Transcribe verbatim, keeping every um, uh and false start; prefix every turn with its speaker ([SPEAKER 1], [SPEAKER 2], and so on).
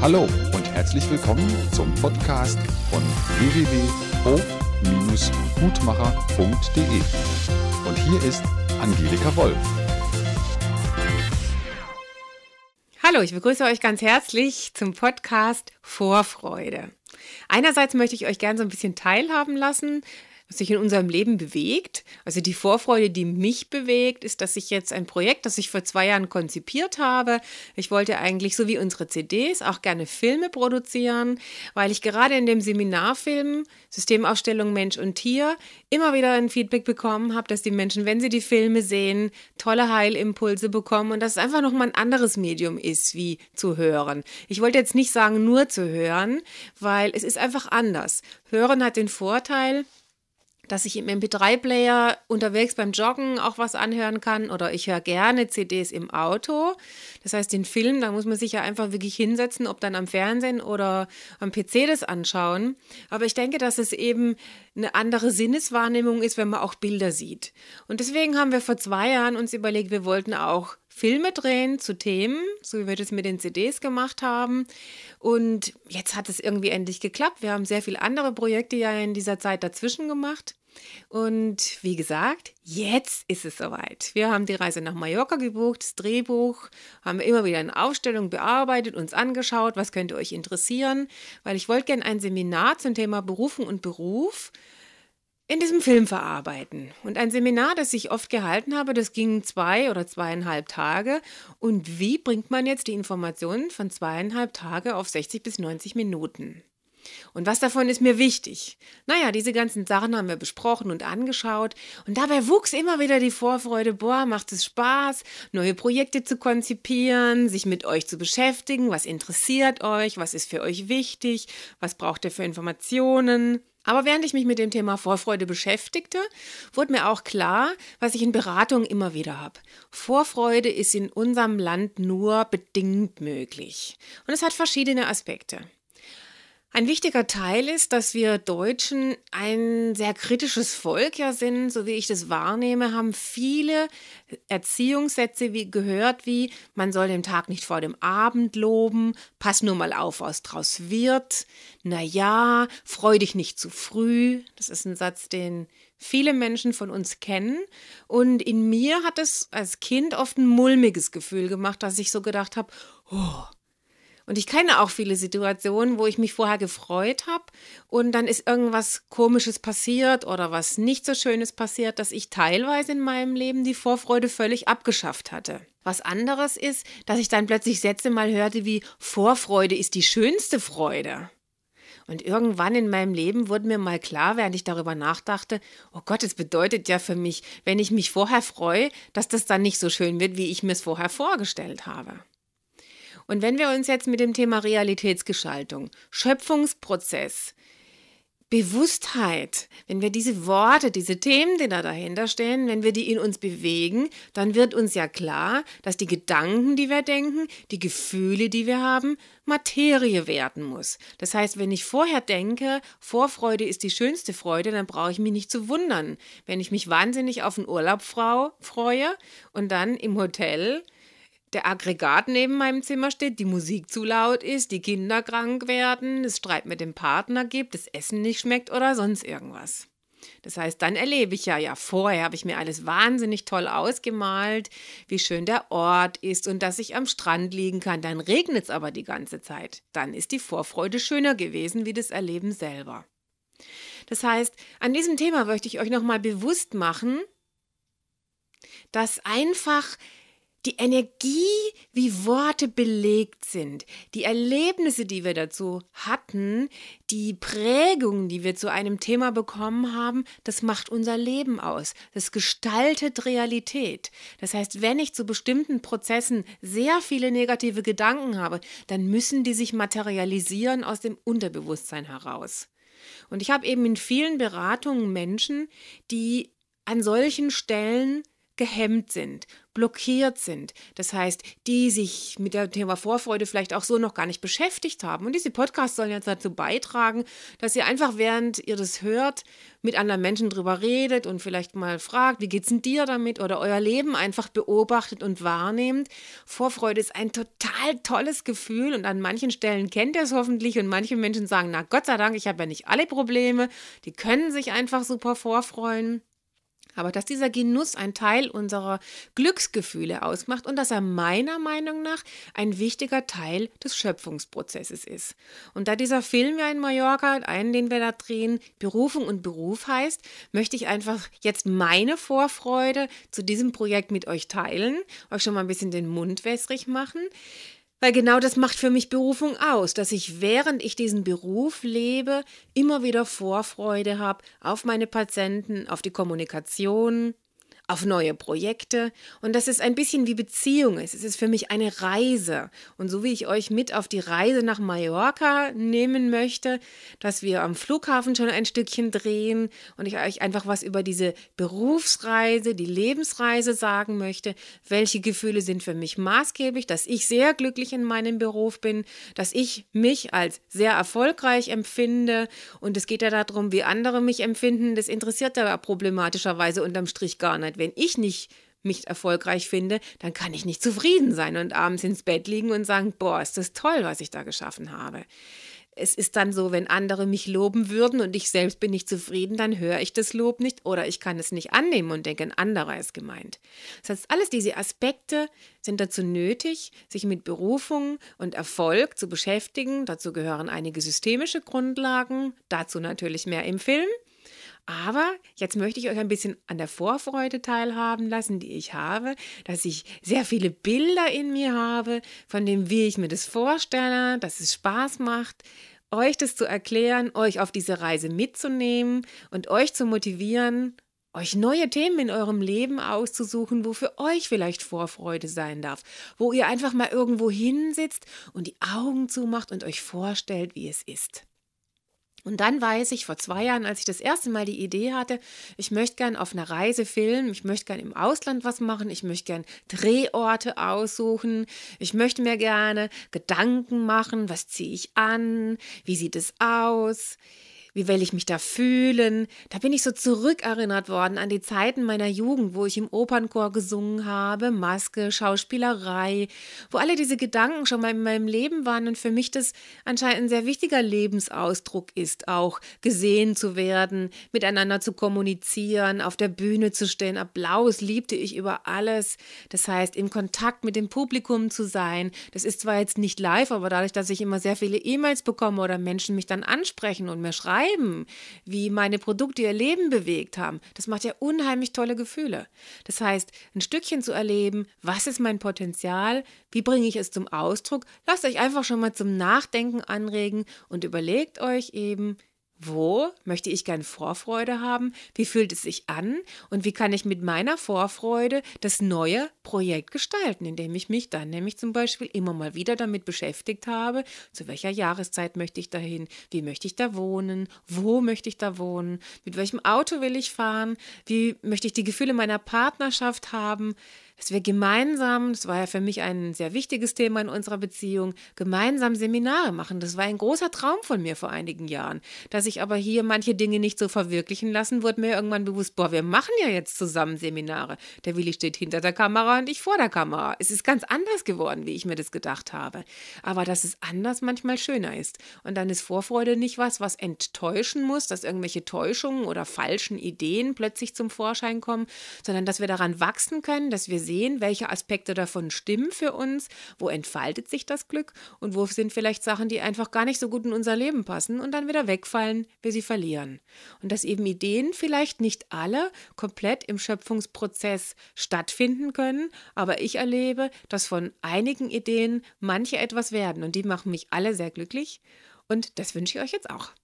[SPEAKER 1] Hallo und herzlich willkommen zum Podcast von w w w punkt o hutmacher punkt de. Und hier ist Angelika Wolf.
[SPEAKER 2] Hallo, ich begrüße euch ganz herzlich zum Podcast Vorfreude. Einerseits möchte ich euch gerne so ein bisschen teilhaben lassen, was sich in unserem Leben bewegt. Also die Vorfreude, die mich bewegt, ist, dass ich jetzt ein Projekt, das ich vor zwei Jahren konzipiert habe. Ich wollte eigentlich, so wie unsere C Ds, auch gerne Filme produzieren, weil ich gerade in dem Seminarfilm Systemaufstellung Mensch und Tier immer wieder ein Feedback bekommen habe, dass die Menschen, wenn sie die Filme sehen, tolle Heilimpulse bekommen und dass es einfach nochmal ein anderes Medium ist, wie zu hören. Ich wollte jetzt nicht sagen, nur zu hören, weil es ist einfach anders. Hören hat den Vorteil, dass ich im M P drei Player unterwegs beim Joggen auch was anhören kann oder ich höre gerne C Ds im Auto. Das heißt, den Film, da muss man sich ja einfach wirklich hinsetzen, ob dann am Fernsehen oder am P C das anschauen. Aber ich denke, dass es eben eine andere Sinneswahrnehmung ist, wenn man auch Bilder sieht. Und deswegen haben wir vor zwei Jahren uns überlegt, wir wollten auch Filme drehen zu Themen, so wie wir das mit den C Ds gemacht haben. Und jetzt hat es irgendwie endlich geklappt. Wir haben sehr viele andere Projekte ja in dieser Zeit dazwischen gemacht. Und wie gesagt, jetzt ist es soweit. Wir haben die Reise nach Mallorca gebucht, das Drehbuch, haben wir immer wieder in Aufstellung bearbeitet, uns angeschaut, was könnte euch interessieren, weil ich wollte gerne ein Seminar zum Thema Berufung und Beruf in diesem Film verarbeiten. Und ein Seminar, das ich oft gehalten habe, das ging zwei oder zweieinhalb Tage. Und wie bringt man jetzt die Informationen von zweieinhalb Tage auf sechzig bis neunzig Minuten? Und was davon ist mir wichtig? Naja, diese ganzen Sachen haben wir besprochen und angeschaut. Und dabei wuchs immer wieder die Vorfreude, boah, macht es Spaß, neue Projekte zu konzipieren, sich mit euch zu beschäftigen, was interessiert euch, was ist für euch wichtig, was braucht ihr für Informationen? Aber während ich mich mit dem Thema Vorfreude beschäftigte, wurde mir auch klar, was ich in Beratungen immer wieder habe. Vorfreude ist in unserem Land nur bedingt möglich. Und es hat verschiedene Aspekte. Ein wichtiger Teil ist, dass wir Deutschen ein sehr kritisches Volk ja sind, so wie ich das wahrnehme, haben viele Erziehungssätze wie, gehört wie, man soll den Tag nicht vor dem Abend loben, pass nur mal auf, was draus wird, na ja, freu dich nicht zu früh. Das ist ein Satz, den viele Menschen von uns kennen und in mir hat es als Kind oft ein mulmiges Gefühl gemacht, dass ich so gedacht habe, oh, und ich kenne auch viele Situationen, wo ich mich vorher gefreut habe und dann ist irgendwas Komisches passiert oder was nicht so Schönes passiert, dass ich teilweise in meinem Leben die Vorfreude völlig abgeschafft hatte. Was anderes ist, dass ich dann plötzlich Sätze mal hörte wie Vorfreude ist die schönste Freude. Und irgendwann in meinem Leben wurde mir mal klar, während ich darüber nachdachte, oh Gott, das bedeutet ja für mich, wenn ich mich vorher freue, dass das dann nicht so schön wird, wie ich mir es vorher vorgestellt habe. Und wenn wir uns jetzt mit dem Thema Realitätsgestaltung, Schöpfungsprozess, Bewusstheit, wenn wir diese Worte, diese Themen, die da dahinter stehen, wenn wir die in uns bewegen, dann wird uns ja klar, dass die Gedanken, die wir denken, die Gefühle, die wir haben, Materie werden muss. Das heißt, wenn ich vorher denke, Vorfreude ist die schönste Freude, dann brauche ich mich nicht zu wundern, wenn ich mich wahnsinnig auf einen Urlaub freue und dann im Hotel der Aggregat neben meinem Zimmer steht, die Musik zu laut ist, die Kinder krank werden, es Streit mit dem Partner gibt, das Essen nicht schmeckt oder sonst irgendwas. Das heißt, dann erlebe ich ja, ja, vorher habe ich mir alles wahnsinnig toll ausgemalt, wie schön der Ort ist und dass ich am Strand liegen kann. Dann regnet es aber die ganze Zeit. Dann ist die Vorfreude schöner gewesen wie das Erleben selber. Das heißt, an diesem Thema möchte ich euch nochmal bewusst machen, dass einfach die Energie, wie Worte belegt sind, die Erlebnisse, die wir dazu hatten, die Prägung, die wir zu einem Thema bekommen haben, das macht unser Leben aus. Das gestaltet Realität. Das heißt, wenn ich zu bestimmten Prozessen sehr viele negative Gedanken habe, dann müssen die sich materialisieren aus dem Unterbewusstsein heraus. Und ich habe eben in vielen Beratungen Menschen, die an solchen Stellen gehemmt sind, blockiert sind. Das heißt, die sich mit dem Thema Vorfreude vielleicht auch so noch gar nicht beschäftigt haben. Und diese Podcasts sollen jetzt dazu beitragen, dass ihr einfach, während ihr das hört, mit anderen Menschen drüber redet und vielleicht mal fragt, wie geht's denn dir damit, oder euer Leben einfach beobachtet und wahrnehmt. Vorfreude ist ein total tolles Gefühl und an manchen Stellen kennt ihr es hoffentlich und manche Menschen sagen, na Gott sei Dank, ich habe ja nicht alle Probleme, die können sich einfach super vorfreuen. Aber dass dieser Genuss ein Teil unserer Glücksgefühle ausmacht und dass er meiner Meinung nach ein wichtiger Teil des Schöpfungsprozesses ist. Und da dieser Film ja in Mallorca, einen, den wir da drehen, Berufung und Beruf heißt, möchte ich einfach jetzt meine Vorfreude zu diesem Projekt mit euch teilen, euch schon mal ein bisschen den Mund wässrig machen. Weil genau das macht für mich Berufung aus, dass ich, während ich diesen Beruf lebe, immer wieder Vorfreude habe auf meine Patienten, auf die Kommunikation, auf neue Projekte. Und das ist ein bisschen wie Beziehung ist. Es ist für mich eine Reise. Und so wie ich euch mit auf die Reise nach Mallorca nehmen möchte, dass wir am Flughafen schon ein Stückchen drehen und ich euch einfach was über diese Berufsreise, die Lebensreise sagen möchte, welche Gefühle sind für mich maßgeblich, dass ich sehr glücklich in meinem Beruf bin, dass ich mich als sehr erfolgreich empfinde. Und es geht ja darum, wie andere mich empfinden. Das interessiert ja problematischerweise unterm Strich gar nicht. Wenn ich nicht mich erfolgreich finde, dann kann ich nicht zufrieden sein und abends ins Bett liegen und sagen, boah, ist das toll, was ich da geschaffen habe. Es ist dann so, wenn andere mich loben würden und ich selbst bin nicht zufrieden, dann höre ich das Lob nicht oder ich kann es nicht annehmen und denke, ein anderer ist gemeint. Das heißt, alles diese Aspekte sind dazu nötig, sich mit Berufung und Erfolg zu beschäftigen. Dazu gehören einige systemische Grundlagen, dazu natürlich mehr im Film. Aber jetzt möchte ich euch ein bisschen an der Vorfreude teilhaben lassen, die ich habe, dass ich sehr viele Bilder in mir habe, von dem, wie ich mir das vorstelle, dass es Spaß macht, euch das zu erklären, euch auf diese Reise mitzunehmen und euch zu motivieren, euch neue Themen in eurem Leben auszusuchen, wo für euch vielleicht Vorfreude sein darf, wo ihr einfach mal irgendwo hinsitzt und die Augen zumacht und euch vorstellt, wie es ist. Und dann weiß ich, vor zwei Jahren, als ich das erste Mal die Idee hatte, ich möchte gern auf einer Reise filmen, ich möchte gern im Ausland was machen, ich möchte gern Drehorte aussuchen, ich möchte mir gerne Gedanken machen, was ziehe ich an, wie sieht es aus, wie will ich mich da fühlen. Da bin ich so zurückerinnert worden an die Zeiten meiner Jugend, wo ich im Opernchor gesungen habe, Maske, Schauspielerei, wo alle diese Gedanken schon mal in meinem Leben waren und für mich das anscheinend ein sehr wichtiger Lebensausdruck ist, auch gesehen zu werden, miteinander zu kommunizieren, auf der Bühne zu stehen. Applaus liebte ich über alles. Das heißt, im Kontakt mit dem Publikum zu sein. Das ist zwar jetzt nicht live, aber dadurch, dass ich immer sehr viele E-Mails bekomme oder Menschen mich dann ansprechen und mir schreiben, wie meine Produkte ihr Leben bewegt haben. Das macht ja unheimlich tolle Gefühle. Das heißt, ein Stückchen zu erleben, was ist mein Potenzial, wie bringe ich es zum Ausdruck, lasst euch einfach schon mal zum Nachdenken anregen und überlegt euch eben, wo möchte ich gern Vorfreude haben? Wie fühlt es sich an? Und wie kann ich mit meiner Vorfreude das neue Projekt gestalten, indem ich mich dann nämlich zum Beispiel immer mal wieder damit beschäftigt habe, zu welcher Jahreszeit möchte ich dahin? Wie möchte ich da wohnen? Wo möchte ich da wohnen? Mit welchem Auto will ich fahren? Wie möchte ich die Gefühle meiner Partnerschaft haben? Dass wir gemeinsam, das war ja für mich ein sehr wichtiges Thema in unserer Beziehung, gemeinsam Seminare machen. Das war ein großer Traum von mir vor einigen Jahren. Dass ich aber hier manche Dinge nicht so verwirklichen lassen, wurde mir irgendwann bewusst, boah, wir machen ja jetzt zusammen Seminare. Der Willi steht hinter der Kamera und ich vor der Kamera. Es ist ganz anders geworden, wie ich mir das gedacht habe. Aber dass es anders manchmal schöner ist. Und dann ist Vorfreude nicht was, was enttäuschen muss, dass irgendwelche Täuschungen oder falschen Ideen plötzlich zum Vorschein kommen, sondern dass wir daran wachsen können, dass wir sehen, welche Aspekte davon stimmen für uns, wo entfaltet sich das Glück und wo sind vielleicht Sachen, die einfach gar nicht so gut in unser Leben passen und dann wieder wegfallen, wir sie verlieren. Und dass eben Ideen vielleicht nicht alle komplett im Schöpfungsprozess stattfinden können, aber ich erlebe, dass von einigen Ideen manche etwas werden und die machen mich alle sehr glücklich und das wünsche ich euch jetzt auch.